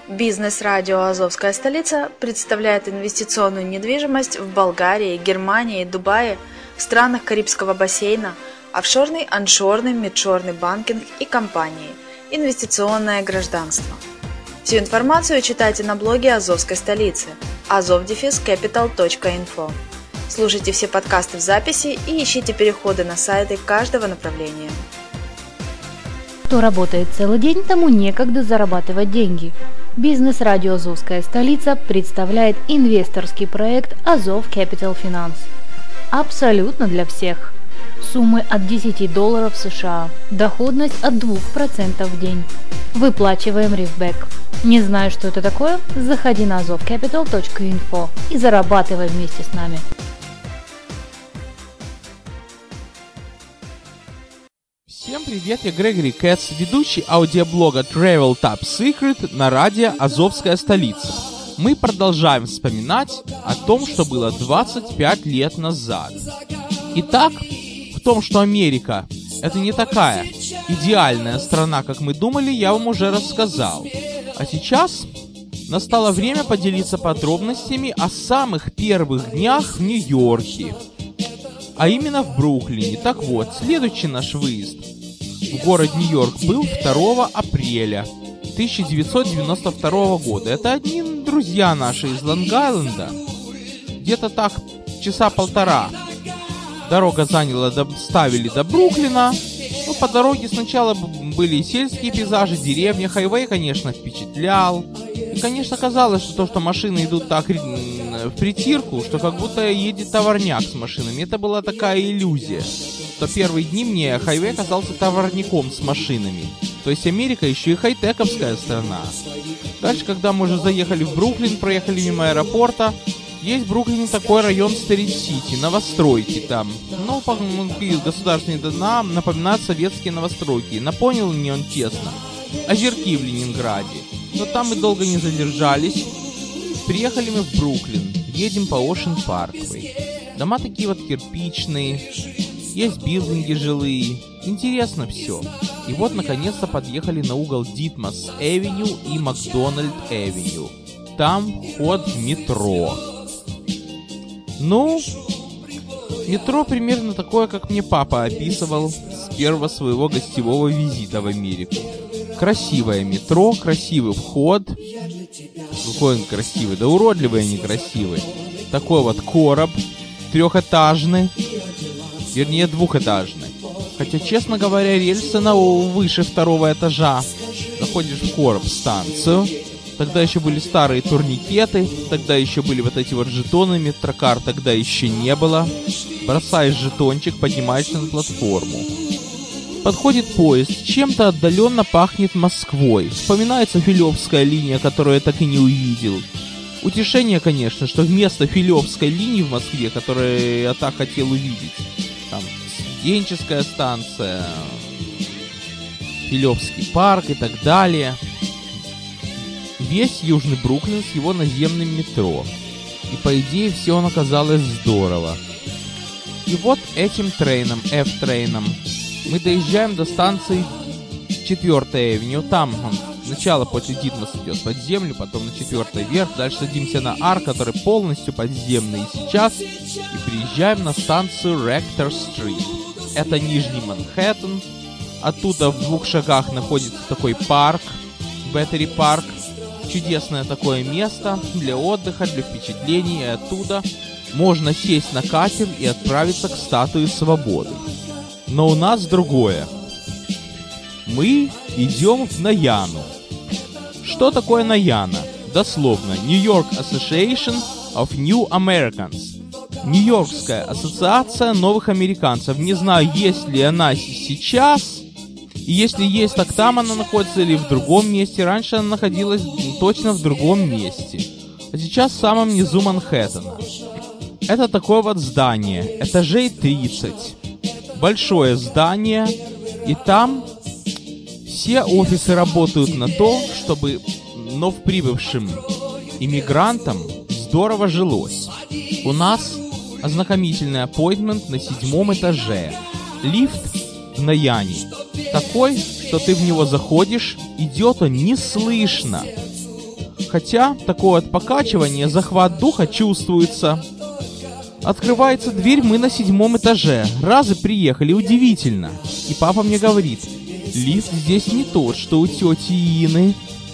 Бизнес-радио «Азовская столица» представляет инвестиционную недвижимость в Болгарии, Германии, Дубае, в странах Карибского бассейна, офшорный, аншорный, мидшорный банкинг и компании, инвестиционное гражданство. Всю информацию читайте на блоге «Азовской столицы» azov-capital.info. Слушайте все подкасты в записи и ищите переходы на сайты каждого направления. Кто работает целый день, тому некогда зарабатывать деньги. Бизнес-радио «Азовская столица» представляет инвесторский проект Azov Capital Finance. Абсолютно для всех. Суммы от $10 США. Доходность от 2% в день. Выплачиваем рифбэк. Не знаешь, что это такое? Заходи на azov-capital.info и зарабатывай вместе с нами. Всем привет, я Грегори Кэтс, ведущий аудиоблога Travel Top Secret на радио «Азовская столица». Мы продолжаем вспоминать о том, что было 25 лет назад. Итак, в том, что Америка — это не такая идеальная страна, как мы думали, я вам уже рассказал. А сейчас настало время поделиться подробностями о самых первых днях в Нью-Йорке. А именно в Бруклине. Так вот, следующий наш выезд в город Нью-Йорк был 2 апреля 1992 года. Это одни друзья наши из Лонг-Айленда. Где-то так часа полтора дорога заняла, доставили до Бруклина. Ну, по дороге сначала были сельские пейзажи, деревня, хайвей, конечно, впечатлял. И, конечно, казалось, что то, что машины идут так в притирку, что как будто едет товарняк с машинами. Это была такая иллюзия, что первые дни мне хайвей казался товарняком с машинами. То есть Америка еще и хай-тековская страна. Дальше, когда мы уже заехали в Бруклин, проехали мимо аэропорта, есть в Бруклине такой район Стрит-Сити, новостройки там. Ну, государственные дома напоминают советские новостройки. Напомнил мне он честно озерки в Ленинграде. Но там мы долго не задержались. Приехали мы в Бруклин, едем по Ocean Parkway. Дома такие вот кирпичные, есть билдинги жилые. Интересно все. И вот наконец-то подъехали на угол Дитмас-Эвеню и Макдональд-Эвеню. Там вход в метро. Ну, метро примерно такое, как мне папа описывал с первого своего гостевого визита в Америку. Красивое метро, красивый вход. Какой он красивый, да уродливый, а не красивый. Такой вот короб трехэтажный, вернее двухэтажный. Хотя, честно говоря, рельсы выше 2-го этажа. Заходишь в короб-станцию. Тогда еще были старые турникеты, тогда еще были вот эти вот жетоны, метрокар тогда еще не было. Бросаешь жетончик, поднимаешься на платформу. Подходит поезд, чем-то отдаленно пахнет Москвой. Вспоминается Филевская линия, которую я так и не увидел. Утешение, конечно, что вместо Филевской линии в Москве, которую я так хотел увидеть, там студенческая станция, Филевский парк и так далее. Весь Южный Бруклин с его наземным метро. И по идее все оказалось здорово. И вот этим трейном, F-трейном, мы доезжаем до станции 4-й Авеню. Там сначала после Дитмаса идет под землю, потом на 4-й вверх. Дальше садимся на Ар, который полностью подземный сейчас. И приезжаем на станцию Ректор-стрит. Это Нижний Манхэттен. Оттуда в 2 шагах находится такой парк, Беттери-парк. Чудесное такое место для отдыха, для впечатлений. И оттуда можно сесть на катер и отправиться к статуе Свободы. Но у нас другое. Мы идем в Наяну. Что такое Наяна? Дословно, New York Association of New Americans. Нью-Йоркская ассоциация новых американцев. Не знаю, есть ли она сейчас. И если есть, так там она находится или в другом месте. Раньше она находилась точно в другом месте. А сейчас в самом низу Манхэттена. Это такое вот здание. Этажей 30. Большое здание. И там все офисы работают на то, чтобы новоприбывшим иммигрантам здорово жилось. У нас ознакомительный аппоинтмент на 7-м этаже. Лифт в Наяне такой, что ты в него заходишь, идет он неслышно. Хотя, такое от покачивания, захват духа чувствуется. Открывается дверь, мы на 7-м этаже. Разы приехали, удивительно. И папа мне говорит, лифт здесь не тот, что у тети Ины.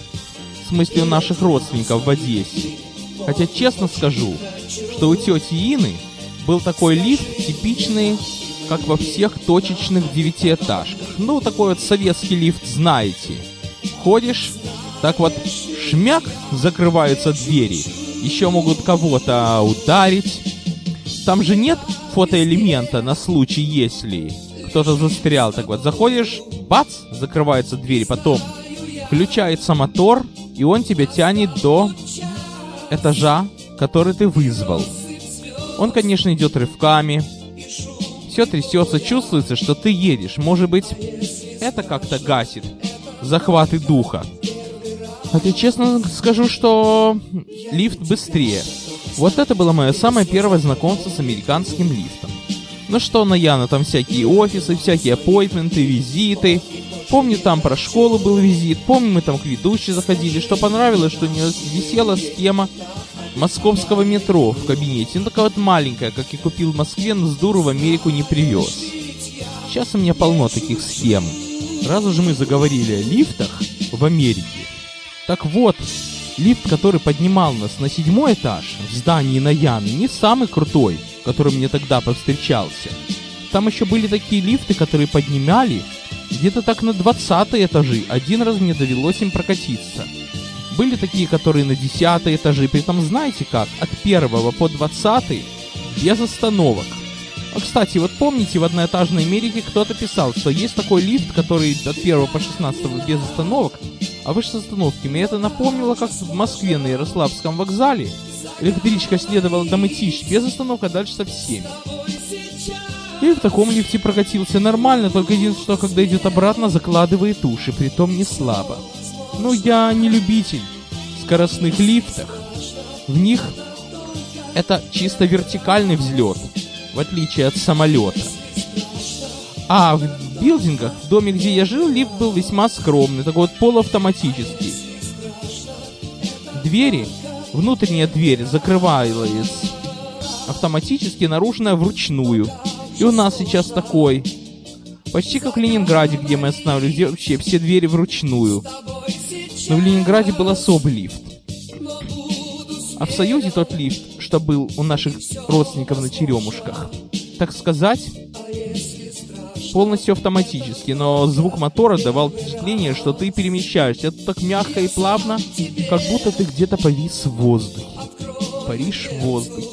В смысле, у наших родственников в Одессе. Хотя, честно скажу, что у тети Ины был такой лифт, типичный, как во всех точечных 9-этажках. Ну, такой вот советский лифт, знаете. Ходишь, так вот, шмяк, закрываются двери. Еще могут кого-то ударить. Там же нет фотоэлемента на случай, если кто-то застрял. Так вот, заходишь, бац, закрывается дверь, потом включается мотор, и он тебя тянет до этажа, который ты вызвал. Он, конечно, идет рывками. Все трясется, чувствуется, что ты едешь. Может быть, это как-то гасит захваты духа. Хотя, честно скажу, что лифт быстрее. Вот это было мое самое первое знакомство с американским лифтом. Ну что, Наяна, там всякие офисы, всякие аппойтменты, визиты. Помню, там про школу был визит. Помню, мы там к ведущей заходили. Что понравилось, что у нее висела схема московского метро в кабинете. Ну, такая вот маленькая, как я купил в Москве, но с дуру в Америку не привез. Сейчас у меня полно таких схем. Раз уже мы заговорили о лифтах в Америке. Так вот, лифт, который поднимал нас на 7-й этаж в здании Наяны, не самый крутой, который мне тогда повстречался. Там еще были такие лифты, которые поднимали где-то так на 20-е этажи. Один раз мне довелось им прокатиться. Были такие, которые на 10-е этажи. Притом, знаете как, от 1 по 20 без остановок. А, кстати, вот помните, в одноэтажной Америке кто-то писал, что есть такой лифт, который от 1 по 16 без остановок, а выше с остановками. Мне это напомнило, как в Москве на Ярославском вокзале электричка следовала до Мытищ без остановок, а дальше со всеми. И в таком лифте прокатился нормально, только единственное, что когда идет обратно, закладывает уши, притом не слабо. Ну, я не любитель скоростных лифтов. В них это чисто вертикальный взлет, в отличие от самолета. А в билдингах, в доме, где я жил, лифт был весьма скромный, такой вот полуавтоматический. Двери, внутренняя дверь закрывалась автоматически, наружная вручную. И у нас сейчас такой, почти как в Ленинграде, где мы останавливались, где вообще все двери вручную. Но в Ленинграде был особый лифт. А в Союзе тот лифт, что был у наших родственников на Черемушках, так сказать, полностью автоматически, но звук мотора давал впечатление, что ты перемещаешься. Это так мягко и плавно, как будто ты где-то повис в воздухе. Паришь в воздухе.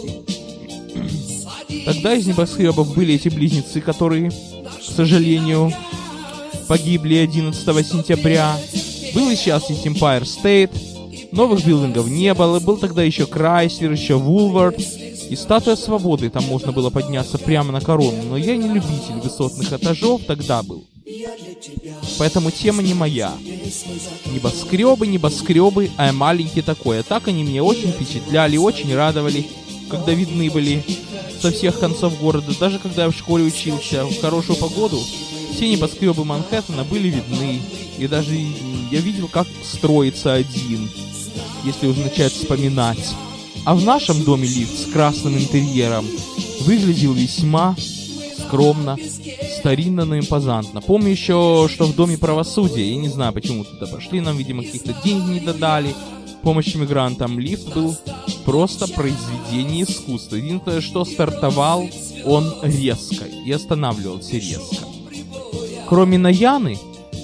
Тогда из небоскребов были эти близнецы, которые, к сожалению, погибли 11 сентября. Был и сейчас есть Empire State. Новых билдингов не было. Был тогда еще Крайслер, еще Вулвард. И статуя свободы. Там можно было подняться прямо на корону. Но я не любитель высотных этажов тогда был. Поэтому тема не моя. Небоскребы, а я маленький такой. А так они меня очень впечатляли, очень радовали, когда видны были со всех концов города. Даже когда я в школе учился в хорошую погоду, все небоскребы Манхэттена были видны. И даже я видел, как строится один, если уже начать вспоминать. А в нашем доме лифт с красным интерьером выглядел весьма скромно, старинно, но импозантно. Помню еще, что в Доме правосудия, я не знаю, почему туда пошли, нам, видимо, каких-то денег не додали, помощь мигрантам. Лифт был просто произведение искусства. Единственное, что стартовал он резко и останавливался резко. Кроме Наяны,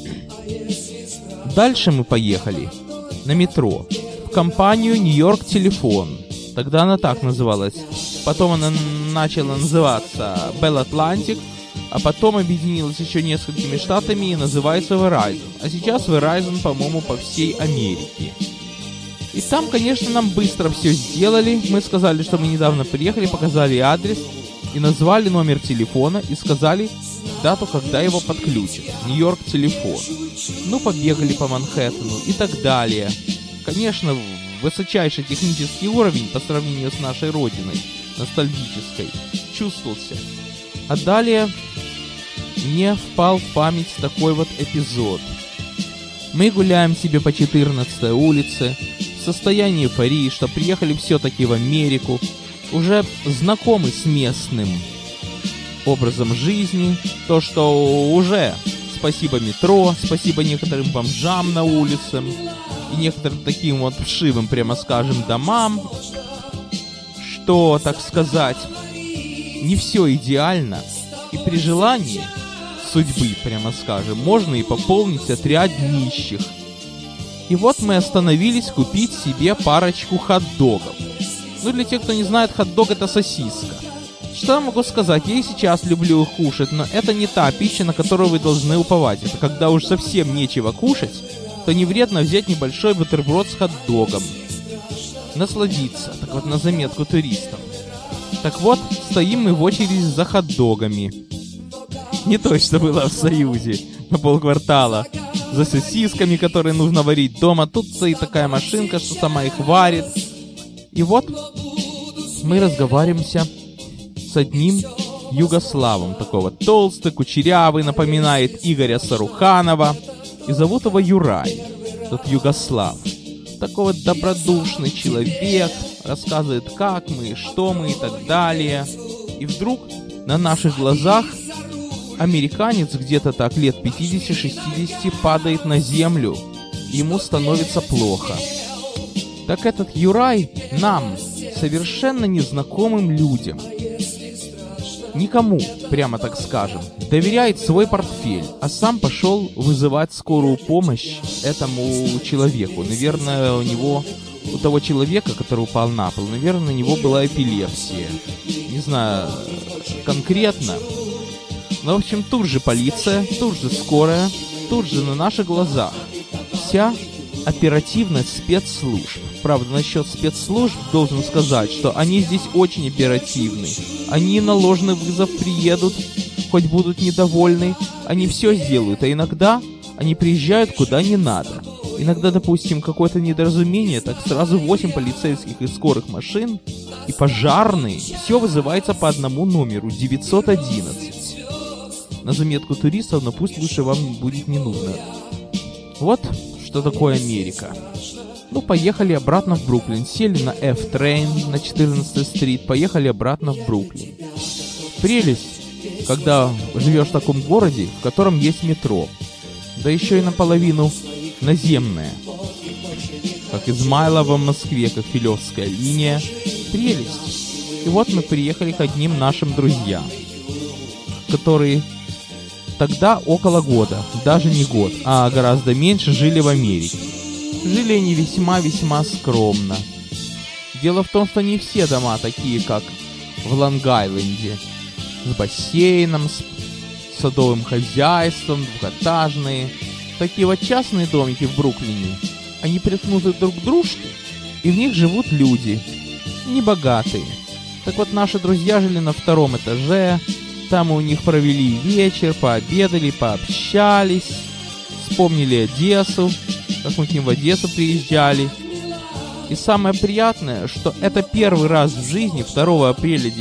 дальше мы поехали на метро в компанию Нью-Йорк Телефон. Тогда она так называлась. Потом она начала называться Bell Atlantic, а потом объединилась еще несколькими штатами и называется Verizon. А сейчас Verizon, по-моему, по всей Америке. И там, конечно, нам быстро все сделали. Мы сказали, что мы недавно приехали, показали адрес и назвали номер телефона и сказали дату, когда его подключат. Нью-Йорк Телефон. Ну, побегали по Манхэттену и так далее. Конечно, высочайший технический уровень по сравнению с нашей родиной, ностальгической, чувствовался. А далее мне впал в память такой вот эпизод. Мы гуляем себе по 14-й улице, в состоянии эйфории, что приехали все-таки в Америку, уже знакомы с местным образом жизни, то, что уже спасибо метро, спасибо некоторым бомжам на улице и некоторым таким вот вшивым, прямо скажем, домам, что, так сказать, не все идеально, и при желании судьбы, прямо скажем, можно и пополнить отряд нищих. И вот мы остановились купить себе парочку хот-догов. Ну, для тех, кто не знает, хот-дог — это сосиска. Что я могу сказать? Я и сейчас люблю их кушать, но это не та пища, на которую вы должны уповать. Это когда уж совсем нечего кушать, то не вредно взять небольшой бутерброд с хот-догом. Насладиться. Так вот, на заметку туристам. Так вот, стоим мы в очереди за хот-догами. Не то, что было в Союзе, на полквартала. За сосисками, которые нужно варить дома. Тут стоит такая машинка, что сама их варит. И вот мы разговариваемся с одним югославом. Такого толстый, кучерявый, напоминает Игоря Саруханова. И зовут его Юрай, тот югослав. Такой вот добродушный человек. Рассказывает, как мы, что мы и так далее. И вдруг на наших глазах американец где-то так лет 50-60 падает на землю. Ему становится плохо. Так этот Юрай нам, совершенно незнакомым людям, никому, прямо так скажем, доверяет свой портфель, а сам пошел вызывать скорую помощь этому человеку. Наверное, у того человека, который упал на пол, наверное, у него была эпилепсия. Не знаю конкретно. Но, в общем, тут же полиция, тут же скорая, тут же на наших глазах вся оперативность спецслужб. Правда, насчет спецслужб должен сказать, что они здесь очень оперативны. Они на ложный вызов приедут, хоть будут недовольны, они все сделают, а иногда они приезжают куда не надо. Иногда, допустим, какое-то недоразумение, так сразу 8 полицейских и скорых машин и пожарные. Все вызывается по одному номеру, 911. На заметку туристов, но пусть лучше вам будет не нужно. Вот что такое Америка. Ну, поехали обратно в Бруклин. Сели на F-Train на 14-й стрит, поехали обратно в Бруклин. Прелесть, когда живешь в таком городе, в котором есть метро. Да еще и наполовину наземное. Как Измайлово в Москве, как Филевская линия. Прелесть. И вот мы приехали к одним нашим друзьям, которые тогда около года, даже не год, а гораздо меньше жили в Америке. Жили они весьма-весьма скромно. Дело в том, что не все дома такие, как в Лонг-Айленде, с бассейном, с садовым хозяйством, двухэтажные. Такие вот частные домики в Бруклине, они приткнуты друг к дружке, и в них живут люди, небогатые. Так вот, наши друзья жили на 2-м этаже, там мы у них провели вечер, пообедали, пообщались, вспомнили Одессу, как мы к ним в Одессу приезжали. И самое приятное, что это первый раз в жизни, 2 апреля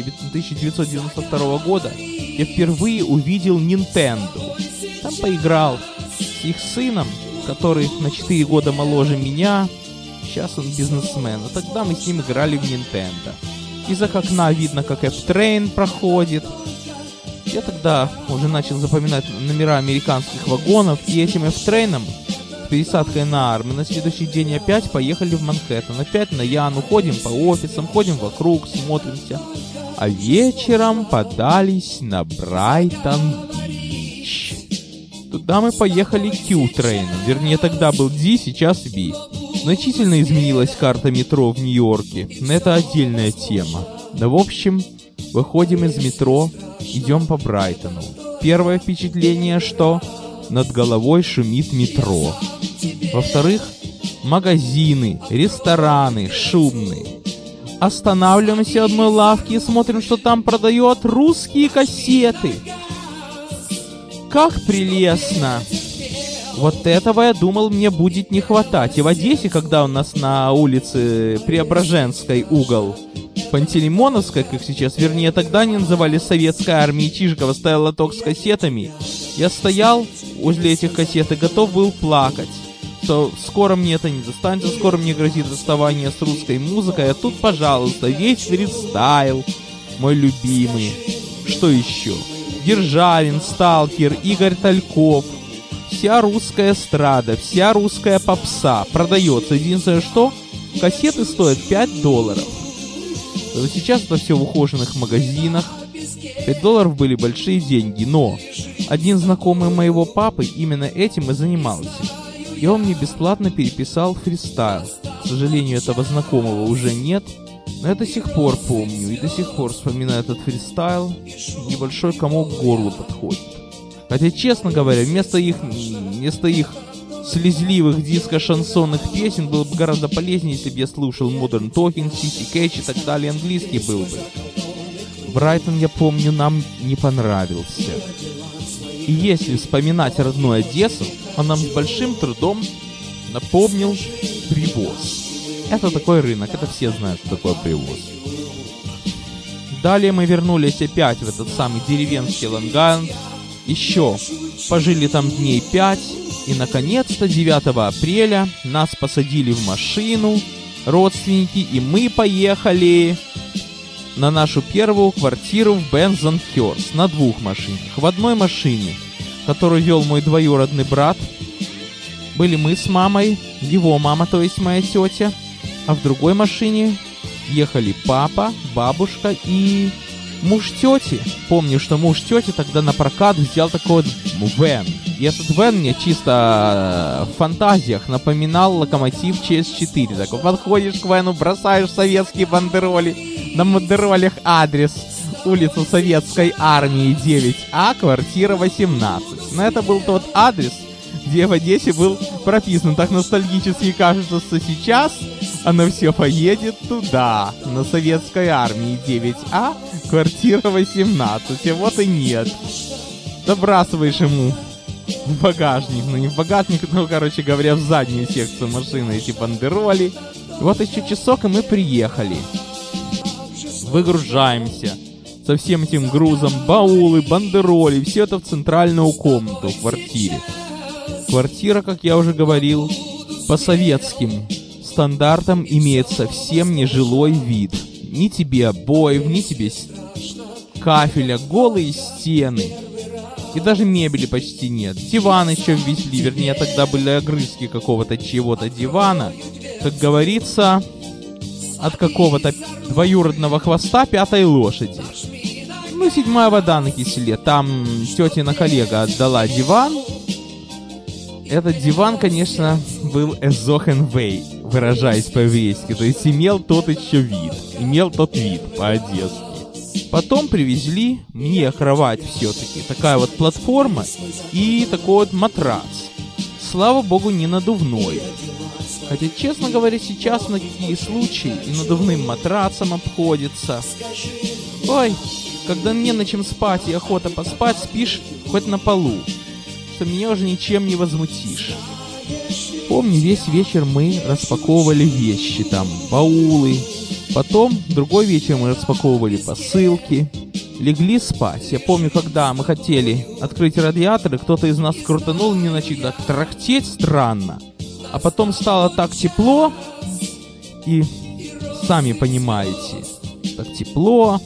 1992 года, я впервые увидел Nintendo. Там поиграл с их сыном, который на 4 года моложе меня. Сейчас он бизнесмен. А тогда мы с ним играли в Nintendo. Из окна видно, как F-Train проходит. Я тогда уже начал запоминать номера американских вагонов. И этим F-Train'ом, с пересадкой на Ар, мы на следующий день опять поехали в Манхэттен. Опять на Яну, ходим по офисам, ходим вокруг, смотримся. А вечером подались на Брайтон-Бич. Туда мы поехали Q-трейном. Вернее, тогда был D, сейчас V. Значительно изменилась карта метро в Нью-Йорке, но это отдельная тема. Да, в общем, выходим из метро, идем по Брайтону. Первое впечатление, что над головой шумит метро. Во-вторых, магазины, рестораны шумные. Останавливаемся в одной лавке и смотрим, что там продают русские кассеты. Как прелестно! Вот этого, я думал, мне будет не хватать. И в Одессе, когда у нас на улице Преображенской угол Пантелеймоновской, как сейчас, вернее, тогда они называли Советской армией, Чижикова стоял лоток с кассетами. Я стоял возле этих кассет и готов был плакать. что скоро мне это не достанется, скоро мне грозит расставание с русской музыкой, а тут, пожалуйста, весь фристайл, мой любимый. Что еще? Державин, Сталкер, Игорь Тальков. Вся русская эстрада, вся русская попса продается. Единственное, что кассеты стоят $5. Сейчас это все в ухоженных магазинах. $5 были большие деньги, но один знакомый моего папы именно этим и занимался. И он мне бесплатно переписал фристайл. К сожалению, этого знакомого уже нет, но я до сих пор помню и до сих пор вспоминаю этот фристайл. Небольшой комок к горлу подходит. Хотя, честно говоря, вместо их слезливых диско-шансонных песен было бы гораздо полезнее, если бы я слушал Modern Talking, Sissy Catch и так далее, английский был бы. Брайтон, я помню, нам не понравился. И если вспоминать родную Одессу, он нам с большим трудом напомнил Привоз. Это такой рынок, это все знают, что такое Привоз. Далее мы вернулись опять в этот самый деревенский Лонг-Айленд. Еще пожили там дней 5, и наконец-то 9 апреля нас посадили в машину родственники, и мы поехали на нашу первую квартиру в Бензенхёрст на 2 машинах. В одной машине, которую вел мой двоюродный брат, были мы с мамой, его мама, то есть моя тетя, а в другой машине ехали папа, бабушка и муж тети. Помню, что муж тети тогда на прокат взял такой вот вэн. И этот вэн мне чисто в фантазиях напоминал локомотив ЧС-4. Так вот подходишь к вэну, бросаешь советские бандероли. На бандеролях адрес: улица Советской Армии 9А, квартира 18. Но это был тот адрес, где в Одессе был прописан. Так ностальгически кажется, что сейчас оно все поедет туда, на Советской Армии 9А, квартира 18. А вот и нет. Забрасываешь ему в багажник, ну не в багажник, но, короче говоря, в заднюю секцию машины эти бандероли. И вот еще часок, и мы приехали. Выгружаемся со всем этим грузом, баулы, бандероли, все это в центральную комнату в квартире. Квартира, как я уже говорил, по советским стандартам имеет совсем нежилой вид. Ни тебе обоев, ни тебе кафеля, голые стены. И даже мебели почти нет. Диван еще ввезли, вернее, тогда были огрызки какого-то чего-то дивана. Как говорится, от какого-то двоюродного хвоста 5-й лошади. Ну, 7-я вода на киселе. Там тетина коллега отдала диван. Этот диван, конечно, был эзохенвей, выражаясь по-еврейски. То есть имел тот еще вид. Имел тот вид по-одесски. Потом привезли мне кровать все-таки. Такая вот платформа и такой вот матрац. Слава богу, не надувной. Хотя, честно говоря, сейчас на такие случаи и надувным матрацем обходится. Ой, когда не на чем спать и охота поспать, спишь хоть на полу, что меня уже ничем не возмутишь. Помню, весь вечер мы распаковывали вещи, там, баулы. Потом, другой вечер мы распаковывали посылки. Легли спать. Я помню, когда мы хотели открыть радиаторы, кто-то из нас крутанул, и мне начали так трахтеть странно. А потом стало так тепло, и сами понимаете, так тепло.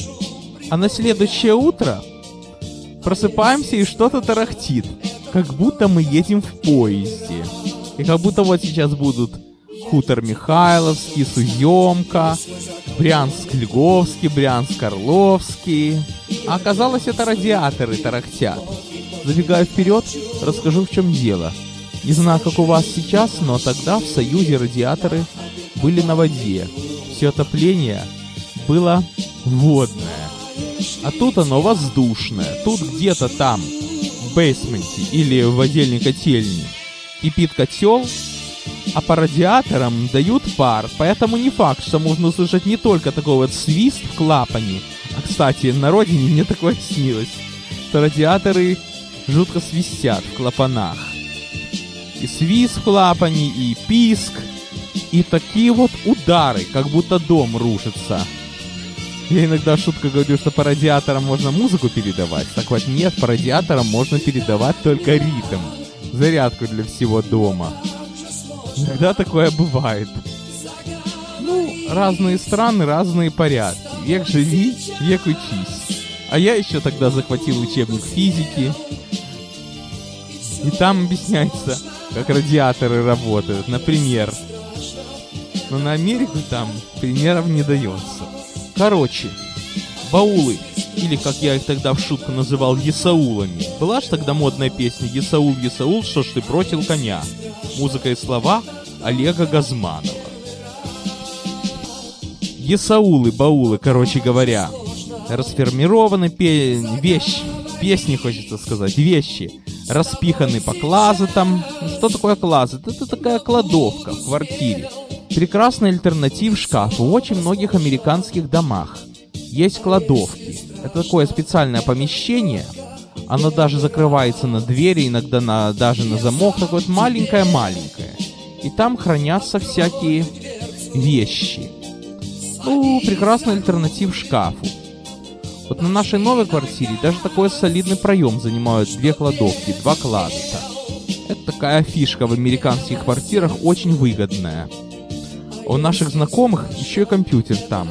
А на следующее утро просыпаемся, и что-то тарахтит, как будто мы едем в поезде. И как будто вот сейчас будут Хутор Михайловский, Суемка, Брянск-Льговский, Брянск-Орловский. А оказалось, это радиаторы тарахтят. Забегая вперед, расскажу, в чем дело. Не знаю, как у вас сейчас, но тогда в Союзе радиаторы были на воде. Все отопление было водное. А тут оно воздушное. Тут где-то там, в бейсменте или в отдельной котельне, кипит котел, а по радиаторам дают пар. Поэтому не факт, что можно услышать не только такой вот свист в клапане. А, кстати, на родине мне такое снилось, что радиаторы жутко свистят в клапанах. И свист в клапане, и писк, и такие вот удары, как будто дом рушится. Я иногда шутко говорю, что по радиаторам можно музыку передавать. Так вот нет, по радиаторам можно передавать только ритм, зарядку для всего дома. Иногда такое бывает. Ну, разные страны, разные порядки. Век живи, век учись. А я еще тогда захватил учебник физики. И там объясняется, как радиаторы работают. Например. Но на Америку там примеров не дается. Короче, баулы, или как я их тогда в шутку называл, есаулами. Была ж тогда модная песня «Есаул, Есаул, что ж ты бросил коня». Музыка и слова Олега Газманова. Есаулы, баулы, короче говоря, расформированы песни, хочется сказать, вещи. Распиханы по клозетам. Что такое клозет? Это такая кладовка в квартире. Прекрасный альтернатив шкафу в очень многих американских домах. Есть кладовки. Это такое специальное помещение. Оно даже закрывается на двери, иногда даже на замок. Такое вот маленькое-маленькое. И там хранятся всякие вещи. Ну, прекрасный альтернатив шкафу. Вот на нашей новой квартире даже такой солидный проем занимают 2 кладовки, 2 клозета. Это такая фишка в американских квартирах, очень выгодная. У наших знакомых еще и компьютер там.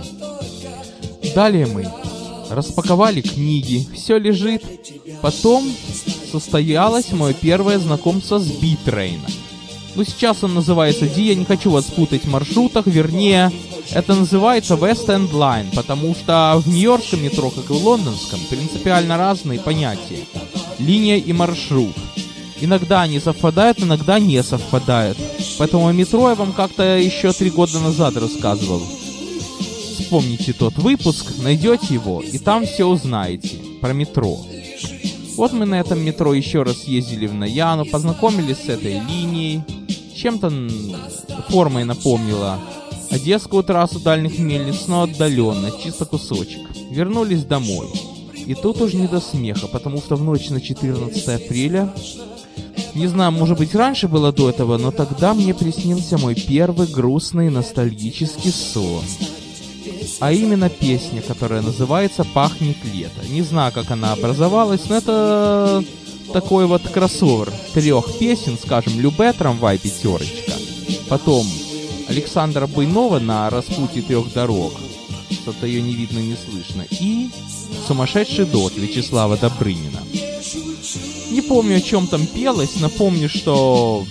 Далее мы распаковали книги, все лежит. Потом состоялось мое первое знакомство с Битрейном. Ну, сейчас он называется я не хочу вас путать в маршрутах, вернее, это называется West End Line, потому что в нью-йоркском метро, как и в лондонском, принципиально разные понятия. Линия и маршрут. Иногда они совпадают, иногда не совпадают. Поэтому о метро я вам как-то еще 3 года назад рассказывал. Вспомните тот выпуск, найдете его, и там все узнаете про метро. Вот мы на этом метро еще раз ездили в Наяну, познакомились с этой линией. Чем-то формой напомнила Одесскую трассу дальних мельниц, но отдаленно, чисто кусочек. Вернулись домой. И тут уж не до смеха, потому что в ночь на 14 апреля, не знаю, может быть раньше было до этого, но тогда мне приснился мой первый грустный ностальгический сон. А именно песня, которая называется «Пахнет лето». Не знаю, как она образовалась, но это такой вот кроссовер 3 песен, скажем, «Любэ», «Трамвай», «Пятерочка». Потом Александра Буйнова на «Распутье 3 дорог». Что-то ее не видно, не слышно. И «Сумасшедший дот» Вячеслава Добрынина. Не помню, о чем там пелось, но помню, что...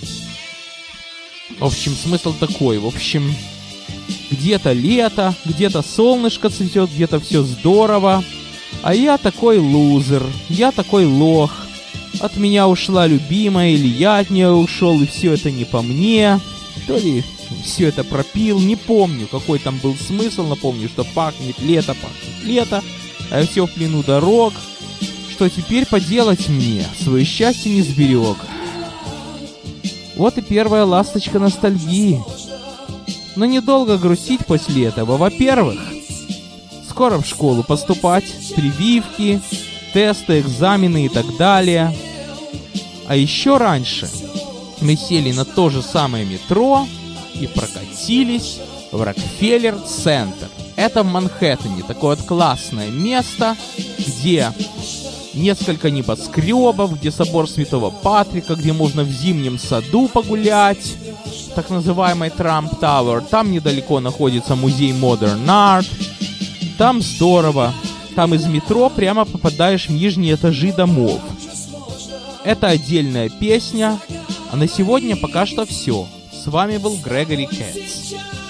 В общем, смысл такой. В общем, где-то лето, где-то солнышко цветет, где-то все здорово. А я такой лузер, я такой лох. От меня ушла любимая, или я от нее ушел, и все это не по мне. То ли все это пропил, не помню, какой там был смысл. Напомню, что пахнет лето, а все в плену дорог. Что теперь поделать мне? Свое счастье не сберег. Вот и первая ласточка ностальгии. Но недолго грустить после этого. Во-первых, скоро в школу поступать, прививки, тесты, экзамены и так далее. А еще раньше мы сели на то же самое метро и прокатились в Рокфеллер-центр. Это в Манхэттене, такое вот классное место, где несколько небоскребов, где собор Святого Патрика, где можно в зимнем саду погулять, так называемый Трамп Тауэр. Там недалеко находится музей Modern Art. Там здорово. Там из метро прямо попадаешь в нижние этажи домов. Это отдельная песня. А на сегодня пока что все. С вами был Грегори Кэтс.